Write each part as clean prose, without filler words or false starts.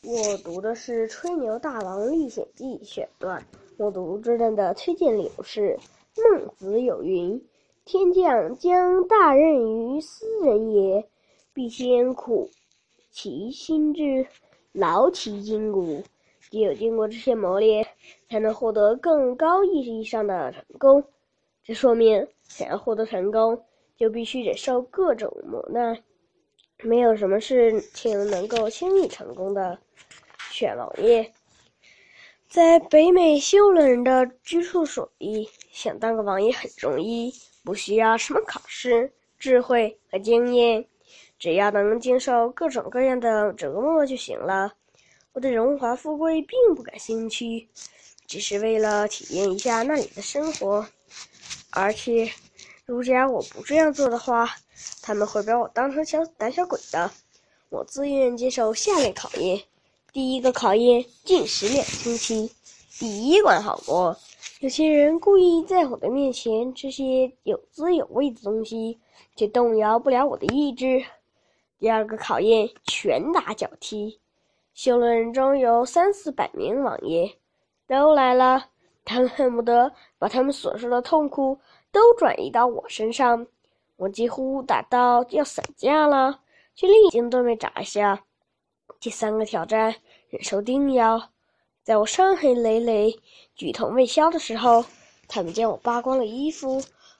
我读的是《吹牛大王历险记》选段。我读这段的推荐理由是：孟子有云：“天将降大任于斯人也，必先苦其心志，劳其筋骨。只有经过这些磨练，才能获得更高意义上的成功。这说明，想要获得成功，就必须忍受各种磨难。没有什么事情能够轻易成功的。”选王爷。在北美修伦人的居住所里，想当个王爷很容易，不需要什么考试、智慧和经验，只要能经受各种各样的折磨就行了。我对荣华富贵并不感兴趣，只是为了体验一下那里的生活。而且，如假我不这样做的话，他们会把我当成胆小鬼的。我自愿接受下列考验。第一个考验，禁食2星期。第一关好过，有些人故意在我的面前吃些有滋有味的东西，却动摇不了我的意志。第二个考验，拳打脚踢。修伦人中有300-400名王爷，都来了，他们恨不得把他们所受的痛苦都转移到我身上。我几乎打到要散架了，却立即都没眨一下。第3个挑战，忍受叮咬。在我伤痕累累、剧痛未消的时候，他们将我扒光了衣服，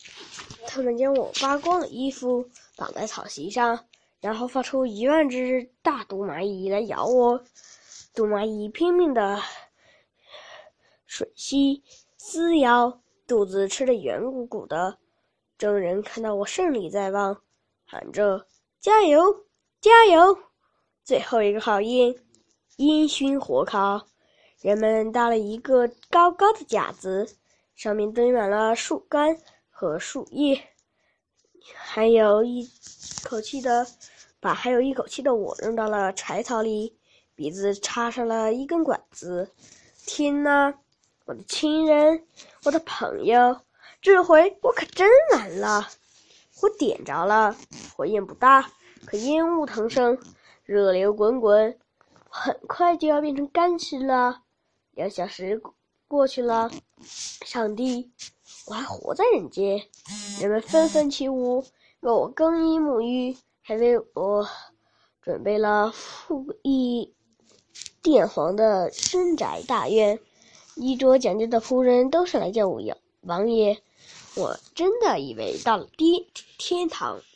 绑在草席上，然后发出10000只大毒蚂蚁来咬我。毒蚂蚁拼命地吮吸、撕咬，肚子吃得圆鼓鼓的。众人看到我胜利在望，喊着加油加油。最后一个考验，烟熏火烤。人们搭了一个高高的架子，上面堆满了树干和树叶，还有一口气的我扔到了柴草里，鼻子插上了一根管子。天哪，我的亲人，我的朋友，这回我可真难了。火点着了，火焰不大，可烟雾腾升，热流滚滚，很快就要变成干尸了。2小时过去了，上帝，我还活在人间！人们纷纷起舞，为我更衣沐浴，还为我准备了富丽殿皇的深宅大院。衣着讲究的仆人都是来叫我王爷。我真的以为到了天堂。